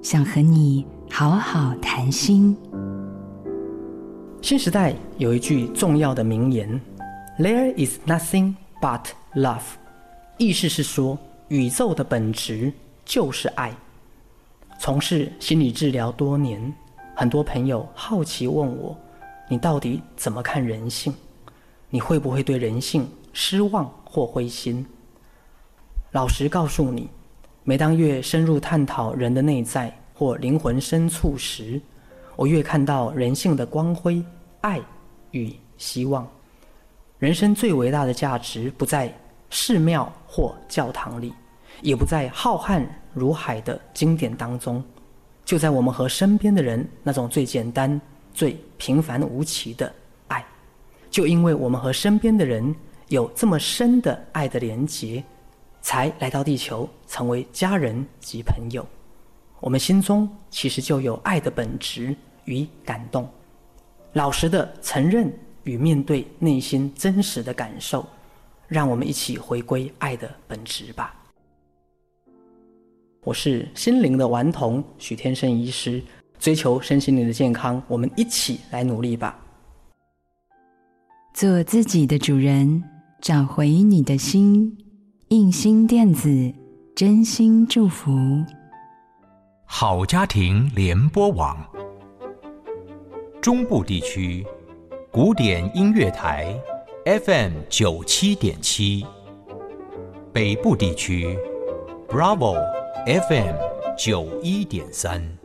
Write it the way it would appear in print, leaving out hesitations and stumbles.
想和你好好谈心。 新时代有一句重要的名言 There is nothing but love， 意思是说宇宙的本质就是爱。从事心理治疗多年，很多朋友好奇问我，你到底怎么看人性？你会不会对人性失望或灰心？老实告诉你，每当越深入探讨人的内在或灵魂深处时，我越看到人性的光辉、爱与希望。人生最伟大的价值不在寺庙或教堂里，也不在浩瀚如海的经典当中，就在我们和身边的人那种最简单、最平凡无奇的爱。就因为我们和身边的人有这么深的爱的连结，才来到地球成为家人及朋友。我们心中其实就有爱的本质与感动。老实的承认与面对内心真实的感受，让我们一起回归爱的本质吧。我是心灵的顽童许天胜医师，追求身心灵的健康，我们一起来努力吧。 做自己的主人，找回你的心。映心电子真心祝福。 好家庭联播网，中部地区古典音乐台 FM97.7， 北部地区 Bravo FM91.3。